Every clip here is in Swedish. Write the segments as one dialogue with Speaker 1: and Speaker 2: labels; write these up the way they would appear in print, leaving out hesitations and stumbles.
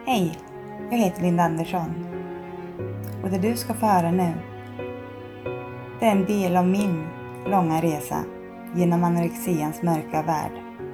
Speaker 1: Hej, jag heter Linda Andersson och det du ska få höra nu, det är en del av min långa resa genom anorexians mörka värld.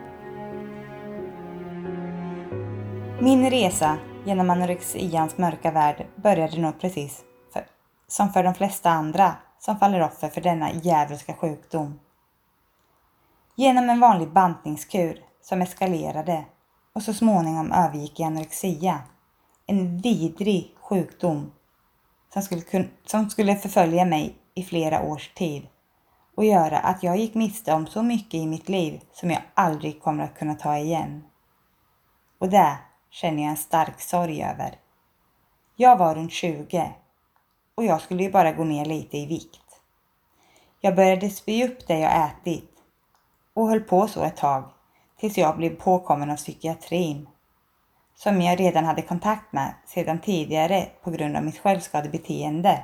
Speaker 1: Min resa genom anorexians mörka värld började nog precis som för de flesta andra som faller offer för denna djävulska sjukdom. Genom en vanlig bantningskur som eskalerade och så småningom övergick i anorexia. En vidrig sjukdom som skulle förfölja mig i flera års tid och göra att jag gick miste om så mycket i mitt liv som jag aldrig kommer att kunna ta igen. Och det känner jag en stark sorg över. Jag var runt 20 och jag skulle ju bara gå ner lite i vikt. Jag började spy upp det jag ätit och höll på så ett tag tills jag blev påkommen av psykiatrin, som jag redan hade kontakt med sedan tidigare på grund av mitt självskadebeteende.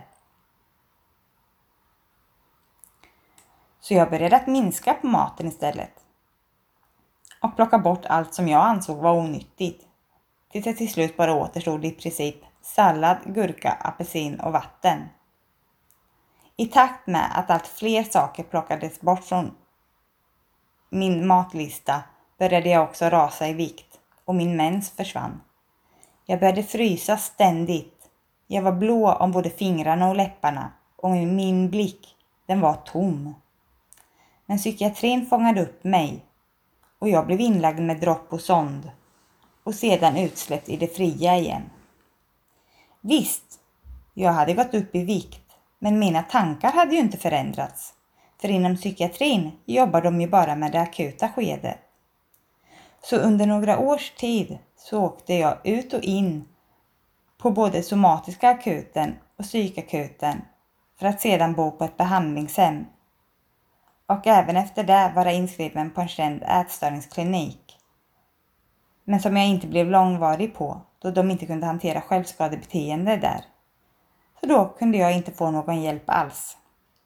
Speaker 1: Så jag började att minska på maten istället och plocka bort allt som jag ansåg var onyttigt, tills det till slut bara återstod i princip sallad, gurka, apelsin och vatten. I takt med att allt fler saker plockades bort från min matlista började jag också rasa i vikt och min mens försvann. Jag började frysa ständigt. Jag var blå om både fingrarna och läpparna och min blick, den var tom. Men psykiatrin fångade upp mig och jag blev inlagd med dropp och sond och sedan utsläppt i det fria igen. Visst, jag hade gått upp i vikt, men mina tankar hade ju inte förändrats. För inom psykiatrin jobbar de ju bara med det akuta skedet. Så under några års tid så åkte jag ut och in på både somatiska akuten och psykakuten för att sedan bo på ett behandlingshem. Och även efter det vara inskriven på en känd ätstörningsklinik. Men som jag inte blev långvarig på då de inte kunde hantera självskadebeteende där. Så då kunde jag inte få någon hjälp alls.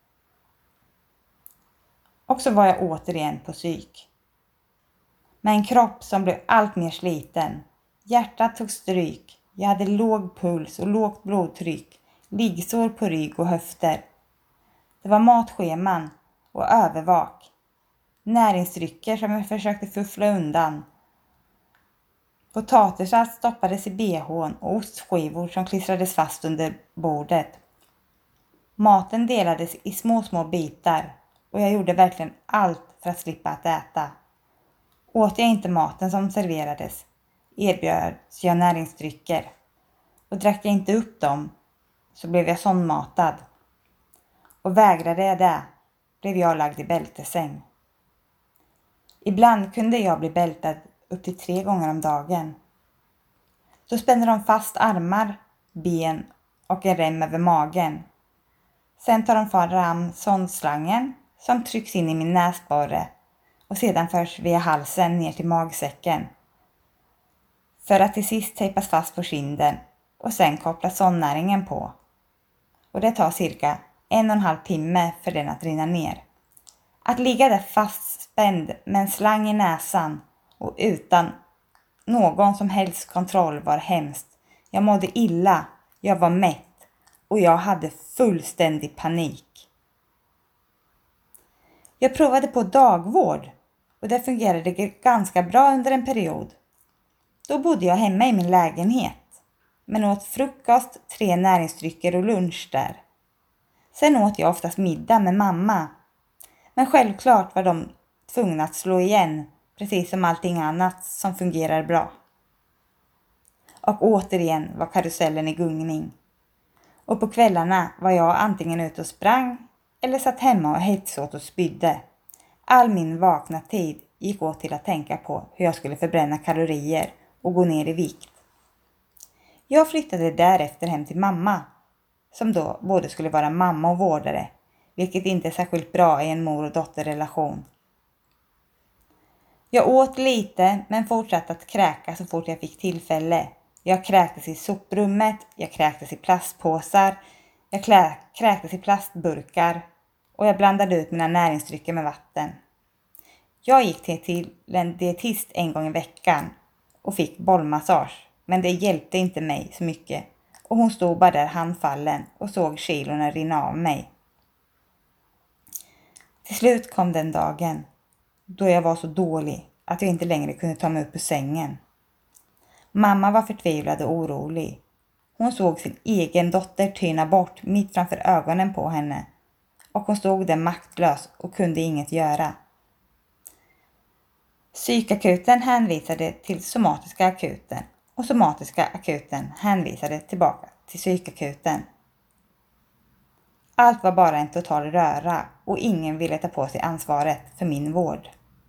Speaker 1: Och så var jag återigen på psyk. Med en kropp som blev allt mer sliten. Hjärtat tog stryk. Jag hade låg puls och lågt blodtryck. Liggsår på rygg och höfter. Det var matscheman och övervak. Näringsdrycker som jag försökte fuffla undan. Potatissalt stoppades i bhn och ostskivor som klistrades fast under bordet. Maten delades i små bitar och jag gjorde verkligen allt för att slippa att äta. Åt jag inte maten som serverades erbjöds jag näringsdrycker och drack jag inte upp dem så blev jag sondmatad. Och vägrade jag det blev jag lagd i bältesäng. Ibland kunde jag bli bältad upp till 3 gånger om dagen. Då spände de fast armar, ben och en rem över magen. Sen tar de fram sondslangen som trycks in i min näsborre och sedan förs via halsen ner till magsäcken. För att till sist tejpas fast på kinden och sen kopplas sondnäringen på. Och det tar cirka 1,5 timme för den att rinna ner. Att ligga där fastspänd med en slang i näsan och utan någon som helst kontroll var hemskt. Jag mådde illa, jag var mätt och jag hade fullständig panik. Jag provade på dagvård och det fungerade ganska bra under en period. Då bodde jag hemma i min lägenhet, men åt frukost, 3 näringsdrycker och lunch där. Sen åt jag oftast middag med mamma. Men självklart var de tvungna att slå igen, precis som allting annat som fungerar bra. Och återigen var karusellen i gungning. Och på kvällarna var jag antingen ute och sprang eller satt hemma och hetsåt och spydde. All min vakna tid gick åt till att tänka på hur jag skulle förbränna kalorier och gå ner i vikt. Jag flyttade därefter hem till mamma, som då både skulle vara mamma och vårdare, vilket inte är särskilt bra i en mor- och dotterrelation. Jag åt lite men fortsatte att kräka så fort jag fick tillfälle. Jag kräktes i soprummet, jag kräktes i plastpåsar, jag kräktes i plastburkar och jag blandade ut mina näringsdrycker med vatten. Jag gick till en dietist en gång i veckan och fick bollmassage men det hjälpte inte mig så mycket och hon stod bara där handfallen och såg kilorna rinna av mig. Till slut kom den dagen då jag var så dålig att jag inte längre kunde ta mig upp ur sängen. Mamma var förtvivlad och orolig. Hon såg sin egen dotter tyna bort mitt framför ögonen på henne och hon stod där maktlös och kunde inget göra. Psykakuten hänvisade till somatiska akuten och somatiska akuten hänvisade tillbaka till psykakuten. Allt var bara en total röra och ingen ville ta på sig ansvaret för min vård.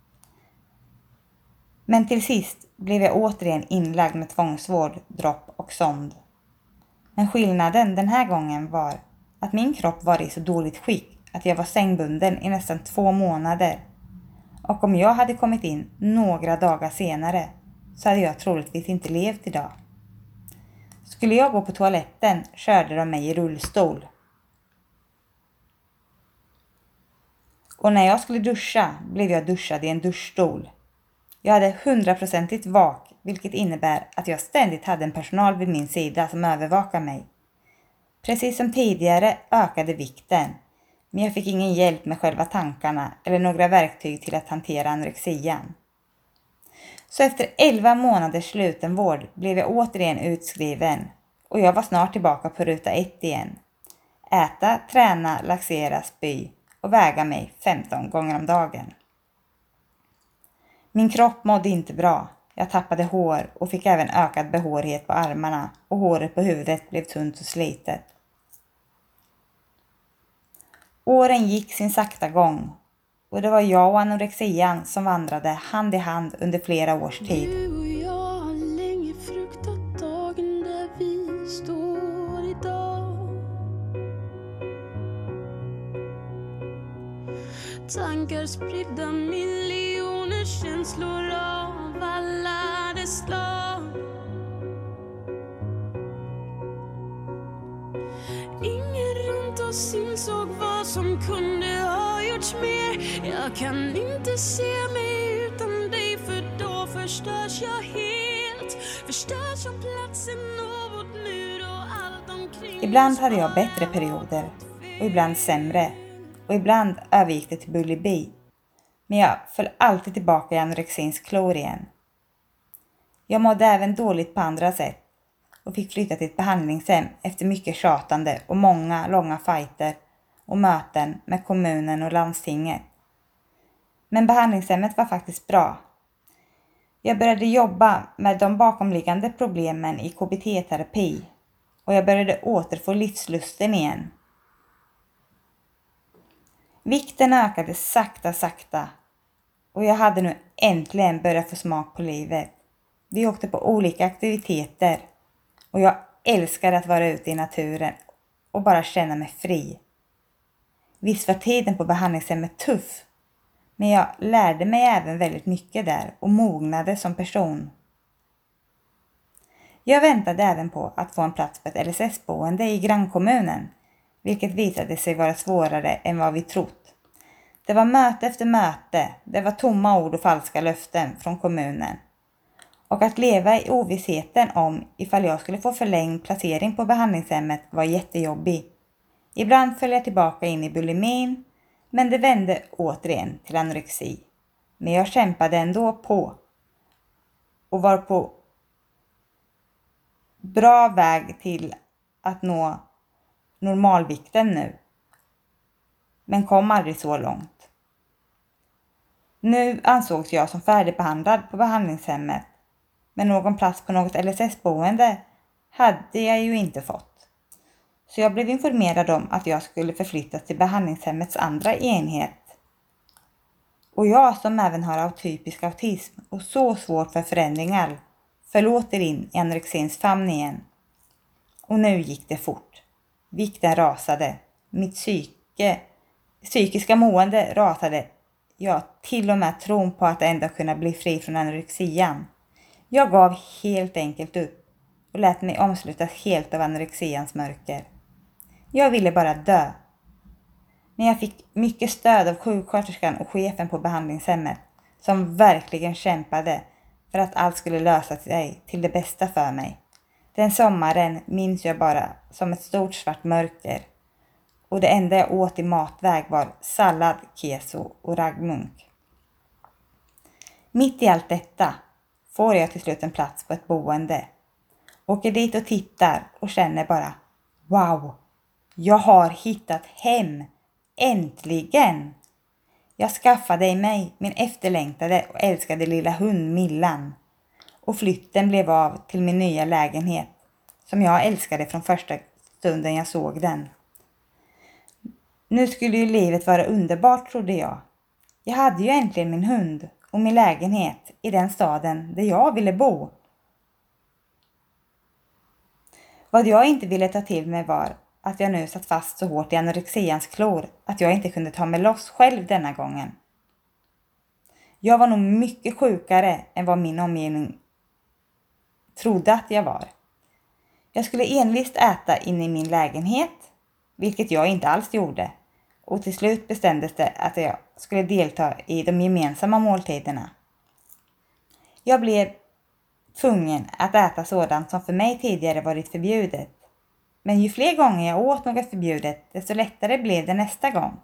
Speaker 1: Men till sist blev jag återigen inlagd med tvångsvård, dropp och sond. Men skillnaden den här gången var att min kropp var i så dåligt skick att jag var sängbunden i nästan 2 månader. Och om jag hade kommit in några dagar senare så hade jag troligtvis inte levt idag. Skulle jag gå på toaletten körde de mig i rullstol. Och när jag skulle duscha blev jag duschad i en duschstol. Jag hade 100% vak, vilket innebär att jag ständigt hade en personal vid min sida som övervakade mig. Precis som tidigare ökade vikten, men jag fick ingen hjälp med själva tankarna eller några verktyg till att hantera anorexian. Så efter 11 månaders slutenvård blev jag återigen utskriven och jag var snart tillbaka på ruta 1 igen. Äta, träna, laxera, spy och väga mig 15 gånger om dagen. Min kropp mådde inte bra. Jag tappade hår och fick även ökad behårighet på armarna och håret på huvudet blev tunt och slitet. Åren gick sin sakta gång och det var jag och anorexian som vandrade hand i hand under flera års tid.
Speaker 2: Du och jag har länge fruktat dagen där vi står idag. Tankar spridda, miljoner känslor av alla dess slag. Ingen runt oss insåg vad som kunde ha gjorts mer. Jag kan inte se mig utan dig, för då förstörs jag helt. Förstörs som platsen och vårt nu och allt omkring.
Speaker 1: Ibland hade jag bättre perioder och ibland sämre. Och ibland övergick det till bulimi. Men jag föll alltid tillbaka i anorexins klor igen. Jag mådde även dåligt på andra sätt och fick flytta till ett behandlingshem efter mycket tjatande och många långa fighter och möten med kommunen och landstinget. Men behandlingshemmet var faktiskt bra. Jag började jobba med de bakomliggande problemen i KBT-terapi och jag började återfå livslusten igen. Vikten ökade sakta och jag hade nu äntligen börjat få smak på livet. Vi åkte på olika aktiviteter och jag älskade att vara ute i naturen och bara känna mig fri. Visst var tiden på behandlingshemmet tuff, men jag lärde mig även väldigt mycket där och mognade som person. Jag väntade även på att få en plats på ett LSS-boende i grannkommunen, vilket visade sig vara svårare än vad vi trott. Det var möte efter möte, det var tomma ord och falska löften från kommunen. Och att leva i ovissheten om ifall jag skulle få förlängd placering på behandlingshemmet var jättejobbig. Ibland föll jag tillbaka in i bulimin, men det vände återigen till anorexi. Men jag kämpade ändå på och var på bra väg till att nå normalvikten nu. Men kom aldrig så långt. Nu ansågs jag som färdigbehandlad på behandlingshemmet, men någon plats på något LSS-boende hade jag ju inte fått. Så jag blev informerad om att jag skulle förflyttas till behandlingshemmets andra enhet. Och jag som även har atypisk autism och så svårt för förändringar föll åter in i anorexins famn igen. Och nu gick det fort. Vikten rasade. Mitt psykiska mående rasade. Ja, till och med tron på att ändå kunna bli fri från anorexian. Jag gav helt enkelt upp och lät mig omslutas helt av anorexians mörker. Jag ville bara dö. Men jag fick mycket stöd av sjuksköterskan och chefen på behandlingshemmet som verkligen kämpade för att allt skulle lösa sig till det bästa för mig. Den sommaren minns jag bara som ett stort svart mörker. Och det enda jag åt i matväg var sallad, keso och raggmunk. Mitt i allt detta får jag till slut en plats på ett boende. Åker dit och tittar och känner bara, wow, jag har hittat hem, äntligen! Jag skaffade mig min efterlängtade och älskade lilla hund Millan. Och flytten blev av till min nya lägenhet, som jag älskade från första stunden jag såg den. Nu skulle ju livet vara underbart, trodde jag. Jag hade ju äntligen min hund och min lägenhet i den staden där jag ville bo. Vad jag inte ville ta till mig var att jag nu satt fast så hårt i anorexians klor att jag inte kunde ta mig loss själv denna gången. Jag var nog mycket sjukare än vad min omgivning trodde att jag var. Jag skulle envist äta in i min lägenhet, vilket jag inte alls gjorde. Och till slut bestämdes det att jag skulle delta i de gemensamma måltiderna. Jag blev tvungen att äta sådant som för mig tidigare varit förbjudet. Men ju fler gånger jag åt något förbjudet, desto lättare blev det nästa gång.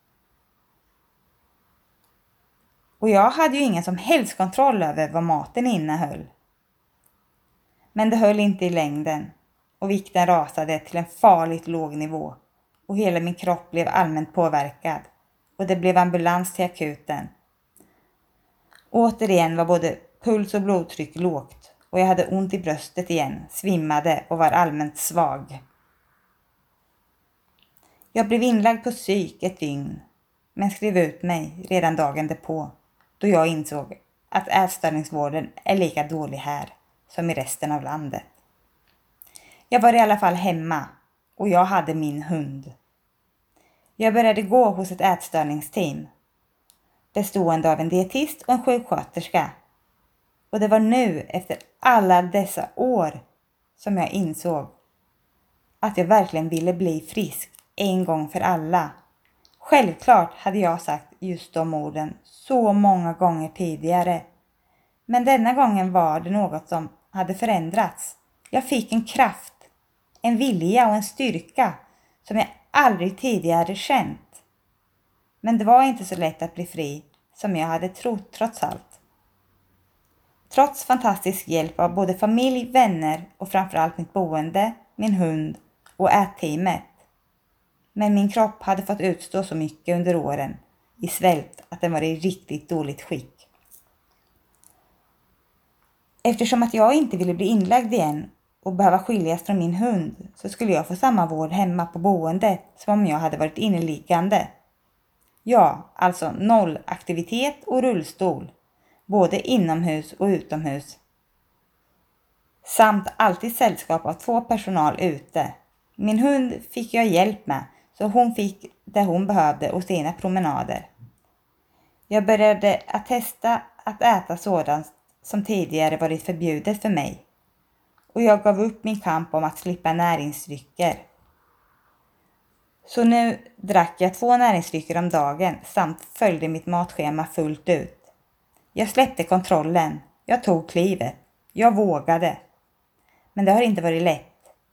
Speaker 1: Och jag hade ju ingen som helst kontroll över vad maten innehöll. Men det höll inte i längden och vikten rasade till en farligt låg nivå. Och hela min kropp blev allmänt påverkad och det blev ambulans till akuten. Återigen var både puls och blodtryck lågt och jag hade ont i bröstet igen, svimmade och var allmänt svag. Jag blev inlagd på psyk ett dygn, men skrev ut mig redan dagen därpå, då jag insåg att ätstörningsvården är lika dålig här som i resten av landet. Jag var i alla fall hemma och jag hade min hund. Jag började gå hos ett ätstörningsteam, bestående av en dietist och en sjuksköterska. Och det var nu, efter alla dessa år, som jag insåg att jag verkligen ville bli frisk en gång för alla. Självklart hade jag sagt just de orden så många gånger tidigare. Men denna gången var det något som hade förändrats. Jag fick en kraft, en vilja och en styrka som jag aldrig tidigare känt. Men det var inte så lätt att bli fri som jag hade trott trots allt. Trots fantastisk hjälp av både familj, vänner och framförallt mitt boende, min hund och ätteamet. Men min kropp hade fått utstå så mycket under åren i svält att den var i riktigt dåligt skick. Eftersom att jag inte ville bli inlagd igen och behöva skiljas från min hund så skulle jag få samma vård hemma på boendet som om jag hade varit inneliggande. Ja, alltså 0 aktivitet och rullstol, både inomhus och utomhus. Samt alltid sällskap av 2 personal ute. Min hund fick jag hjälp med så hon fick det hon behövde och sina promenader. Jag började att testa att äta sådant som tidigare varit förbjudet för mig. Och jag gav upp min kamp om att slippa näringsdrycker. Så nu drack jag 2 näringsdrycker om dagen samt följde mitt matschema fullt ut. Jag släppte kontrollen. Jag tog klivet. Jag vågade. Men det har inte varit lätt.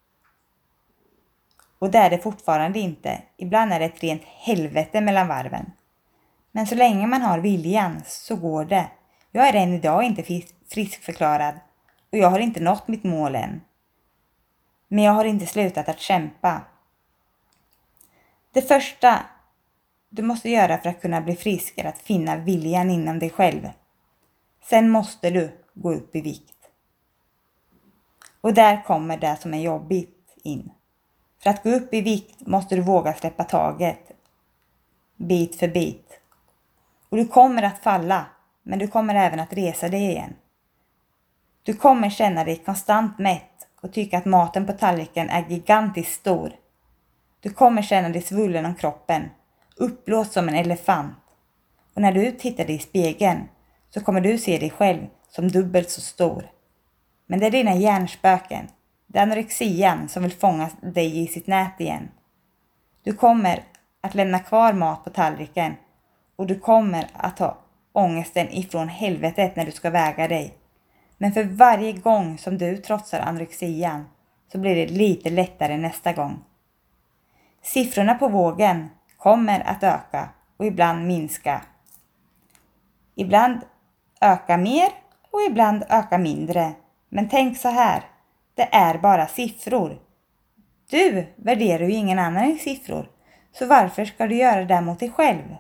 Speaker 1: Och det är det fortfarande inte. Ibland är det ett rent helvete mellan varven. Men så länge man har viljan så går det. Jag är än idag inte friskförklarad. Och jag har inte nått mitt mål än. Men jag har inte slutat att kämpa. Det första du måste göra för att kunna bli frisk är att finna viljan inom dig själv. Sen måste du gå upp i vikt. Och där kommer det som är jobbigt in. För att gå upp i vikt måste du våga släppa taget. Bit för bit. Och du kommer att falla. Men du kommer även att resa dig igen. Du kommer känna dig konstant mätt och tycka att maten på tallriken är gigantiskt stor. Du kommer känna dig svullen om kroppen, uppblåst som en elefant. Och när du tittar dig i spegeln så kommer du se dig själv som dubbelt så stor. Men det är dina hjärnspöken, det är anorexian som vill fånga dig i sitt nät igen. Du kommer att lämna kvar mat på tallriken och du kommer att ha ångesten ifrån helvetet när du ska väga dig. Men för varje gång som du trotsar anorexian så blir det lite lättare nästa gång. Siffrorna på vågen kommer att öka och ibland minska. Ibland öka mer och ibland öka mindre. Men tänk så här, det är bara siffror. Du värderar ju ingen annan i siffror, så varför ska du göra det mot dig själv?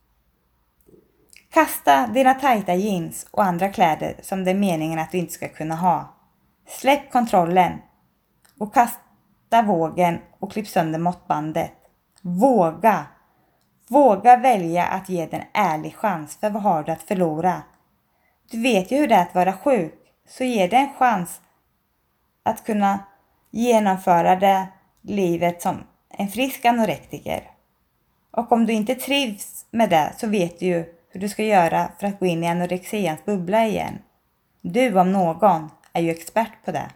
Speaker 1: Kasta dina tajta jeans och andra kläder som det är meningen att du inte ska kunna ha. Släpp kontrollen och kasta vågen och klipp sönder måttbandet. Våga! Våga välja att ge den en ärlig chans, för vad har du att förlora? Du vet ju hur det är att vara sjuk, så ge dig en chans att kunna genomföra det livet som en frisk anorektiker. Och om du inte trivs med det så vet du ju hur du ska göra för att gå in i anorexians bubbla igen. Du om någon är ju expert på det.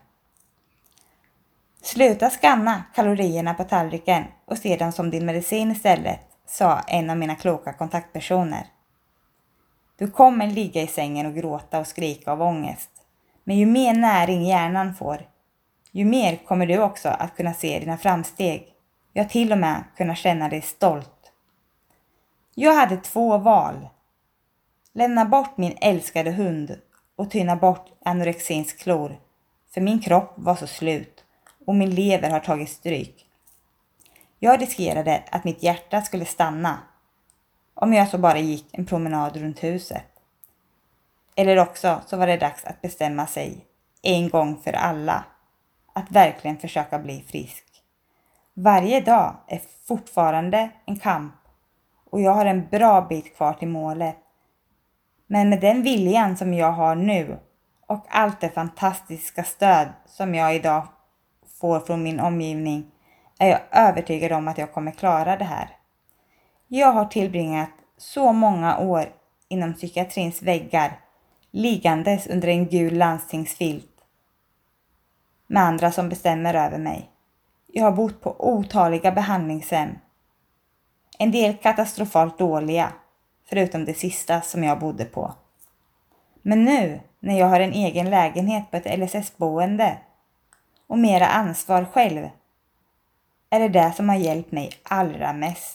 Speaker 1: Sluta skanna kalorierna på tallriken och se dem som din medicin istället, sa en av mina kloka kontaktpersoner. Du kommer ligga i sängen och gråta och skrika av ångest. Men ju mer näring hjärnan får, ju mer kommer du också att kunna se dina framsteg. Ja, till och med kunna känna dig stolt. Jag hade 2 val. Lämna bort min älskade hund och tyna bort anorexins klor. För min kropp var så slut och min lever har tagit stryk. Jag riskerade att mitt hjärta skulle stanna om jag så bara gick en promenad runt huset. Eller också så var det dags att bestämma sig en gång för alla att verkligen försöka bli frisk. Varje dag är fortfarande en kamp och jag har en bra bit kvar till målet. Men med den viljan som jag har nu och allt det fantastiska stöd som jag idag får från min omgivning är jag övertygad om att jag kommer klara det här. Jag har tillbringat så många år inom psykiatrins väggar, liggandes under en gul landstingsfilt med andra som bestämmer över mig. Jag har bott på otaliga behandlingshem. En del katastrofalt dåliga, förutom det sista som jag bodde på. Men nu, när jag har en egen lägenhet på ett LSS-boende och mera ansvar själv, är det som har hjälpt mig allra mest.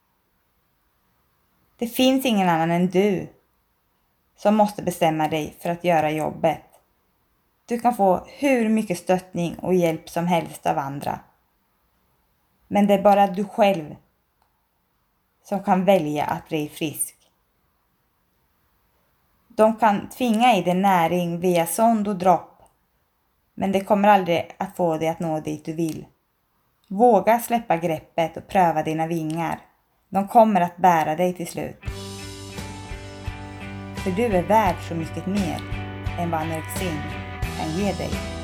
Speaker 1: Det finns ingen annan än du som måste bestämma dig för att göra jobbet. Du kan få hur mycket stöttning och hjälp som helst av andra. Men det är bara du själv som kan välja att bli frisk. De kan tvinga i dig näring via sond och dropp, men det kommer aldrig att få dig att nå dit du vill. Våga släppa greppet och pröva dina vingar. De kommer att bära dig till slut. För du är värd så mycket mer än vad anorexin kan ge dig.